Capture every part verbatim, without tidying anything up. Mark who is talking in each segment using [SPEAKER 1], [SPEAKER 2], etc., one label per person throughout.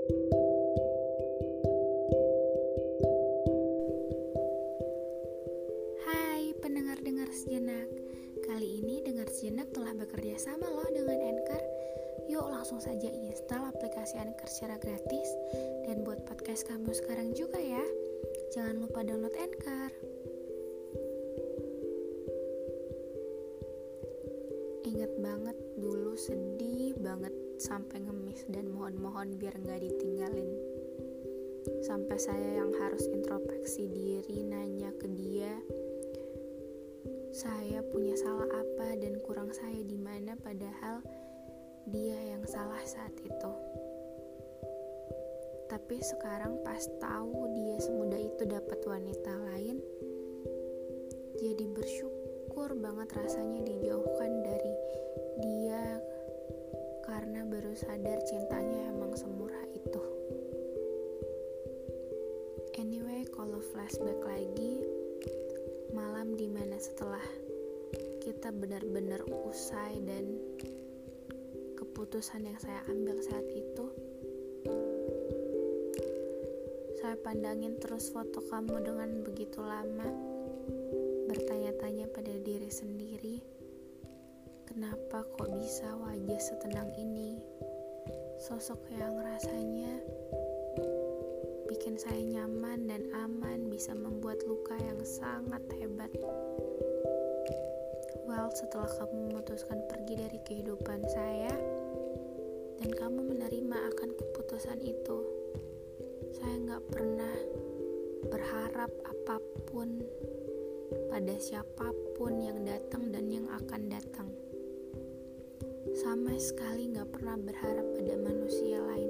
[SPEAKER 1] Hai pendengar-dengar sejenak. Kali ini Dengar Sejenak telah bekerja sama loh dengan Anchor. Yuk langsung saja install aplikasi Anchor secara gratis. Dan buat podcast kamu sekarang juga ya. Jangan lupa download Anchor. Ingat banget dulu sedih banget sampai ngemis dan mohon-mohon biar gak ditinggalin. Sampai saya yang harus introspeksi diri nanya ke dia, saya punya salah apa dan kurang saya di mana, padahal dia yang salah saat itu. Tapi sekarang pas tahu dia semudah itu dapat wanita lain, jadi bersyukur banget rasanya dijauhkan dari dia, karena baru sadar cintanya emang semurah itu. Anyway, kalau flashback lagi, malam dimana setelah kita benar-benar usai dan keputusan yang saya ambil saat itu, saya pandangin terus foto kamu dengan begitu lama, bertanya-tanya pada diri sendiri, kenapa kok bisa wajah setenang ini, sosok yang rasanya bikin saya nyaman dan aman, bisa membuat luka yang sangat hebat. Well, setelah kamu memutuskan pergi dari kehidupan saya dan kamu menerima akan keputusan itu, saya gak pernah berharap apapun pada siapapun yang datang dan yang akan datang. Sama sekali gak pernah berharap pada manusia lain.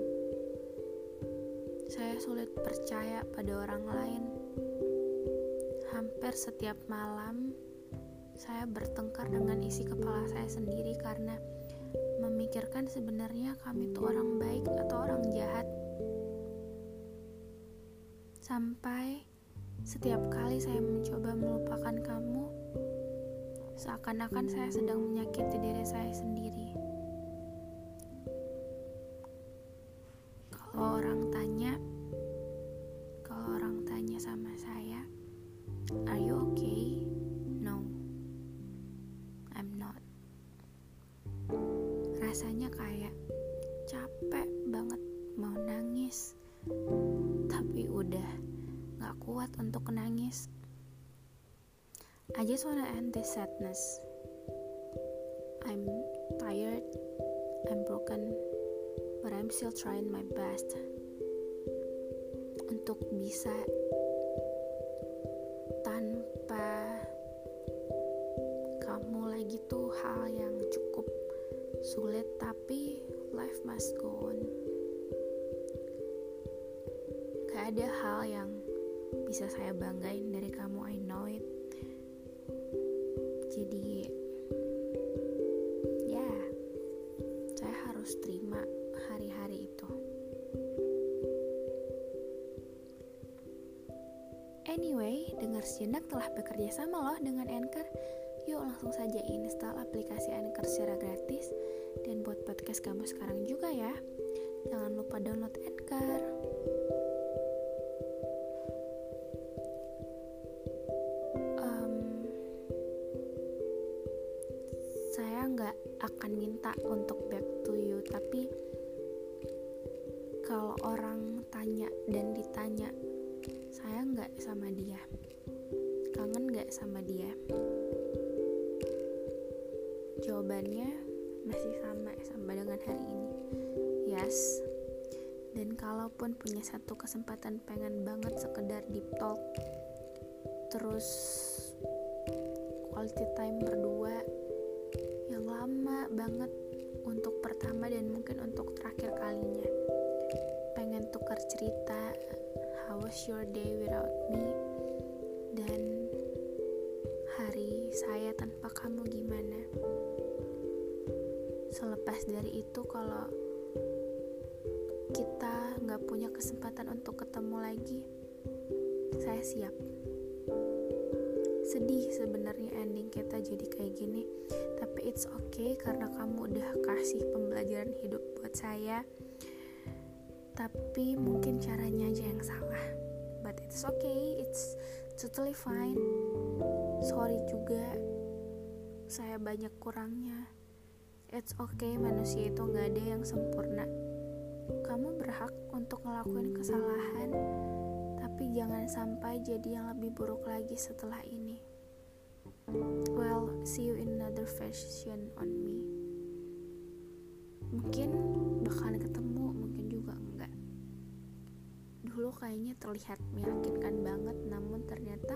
[SPEAKER 1] Saya sulit percaya pada orang lain. Hampir setiap malam saya bertengkar dengan isi kepala saya sendiri karena memikirkan sebenarnya kami itu orang baik atau orang jahat. Sampai setiap kali saya mencoba melupakan kamu, seakan-akan saya sedang menyakiti diri saya sendiri. Kalau orang tanya, kalau orang tanya sama saya, "Are you okay?" No, I'm not. Rasanya kayak capek banget mau nangis, tapi udah gak kuat untuk nangis. I just wanna end this sadness. I'm tired, I'm broken, but I'm still trying my best untuk bisa tanpa kamu lagi tuh hal yang cukup sulit, tapi life must go on. Gak ada hal yang bisa saya banggain dari kamu, I know it. Jadi ya, saya harus terima hari-hari itu. Anyway, Dengar Sejenak telah bekerja sama loh dengan Anchor. Yuk langsung saja install aplikasi Anchor secara gratis. Dan buat podcast kamu sekarang juga ya, jangan lupa download Anchor. um, Saya gak akan minta untuk back to you, tapi kalau orang tanya dan ditanya, sayang gak sama dia, kangen gak sama dia, jawabannya masih sama sama dengan hari ini, yes. Dan kalaupun punya satu kesempatan pengen banget sekedar deep talk, terus quality time berdua yang lama banget untuk pertama dan mungkin untuk terakhir kalinya, pengen tukar cerita, how was your day without me, dan hari saya tanpa kamu gimana. Selepas dari itu, kalau kita gak punya kesempatan untuk ketemu lagi, saya siap. Sedih sebenarnya ending kita jadi kayak gini, tapi it's okay karena kamu udah kasih pembelajaran hidup buat saya. tapi mungkin caranya aja yang salah. But it's okay, it's totally fine. Sorry juga, saya banyak kurangnya. It's okay, manusia itu gak ada yang sempurna. Kamu berhak untuk ngelakuin kesalahan, tapi jangan sampai jadi yang lebih buruk lagi setelah ini. Well, see you in another version on me. Mungkin bakalan ketemu, mungkin juga enggak. Dulu kayaknya terlihat meyakinkan banget, namun ternyata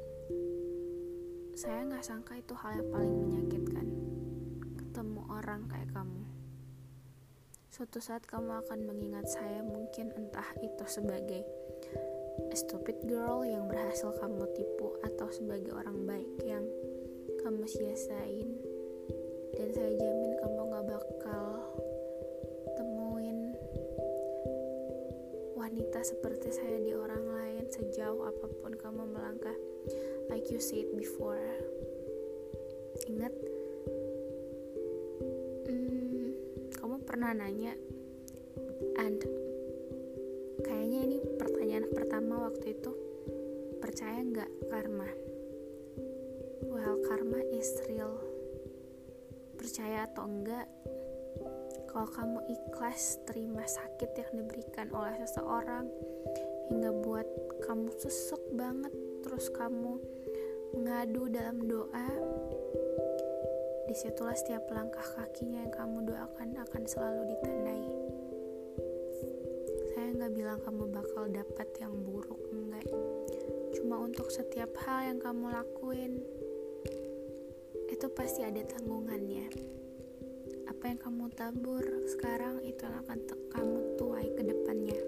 [SPEAKER 1] saya gak sangka itu hal yang paling menyakitkan. Ketemu orang kayak kamu. Suatu saat kamu akan mengingat saya, mungkin entah itu sebagai a stupid girl yang berhasil kamu tipu, atau sebagai orang baik yang kamu sia-siain. Dan saya jamin kamu gak bakal temuin wanita seperti saya di orang lain sejauh apapun kamu melangkah. Like you said before. Ingat, hmm, kamu pernah nanya, and kayaknya ini pertanyaan pertama waktu itu, percaya gak karma? Well, karma is real. Percaya atau enggak, kalau kamu ikhlas terima sakit yang diberikan oleh seseorang hingga buat kamu sesek banget, terus kamu mengadu dalam doa, disitulah setiap langkah kakinya yang kamu doakan akan selalu ditandai. Saya gak bilang kamu bakal dapat yang buruk, enggak. Cuma untuk setiap hal yang kamu lakuin, itu pasti ada tanggungannya. Apa yang kamu tabur sekarang, itu yang akan te- kamu tuai ke depannya.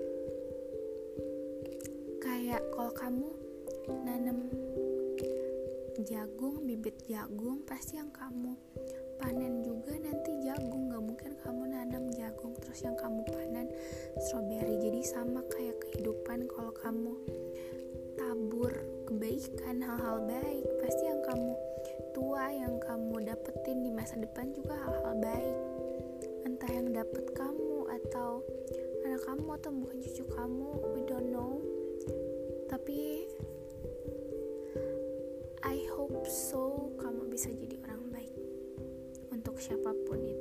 [SPEAKER 1] Kayak kalau kamu nanam jagung, bibit jagung, pasti yang kamu panen juga nanti jagung. Gak mungkin kamu nanam jagung terus yang kamu panen stroberi. Jadi sama kayak kehidupan, kalau kamu tabur kebaikan, hal-hal baik, pasti yang kamu tua, yang kamu dapetin di masa depan juga hal-hal baik. Entah yang dapet kamu atau anak kamu atau bukan cucu kamu, we don't know. Tapi I hope so kamu bisa jadi orang baik untuk siapapun itu.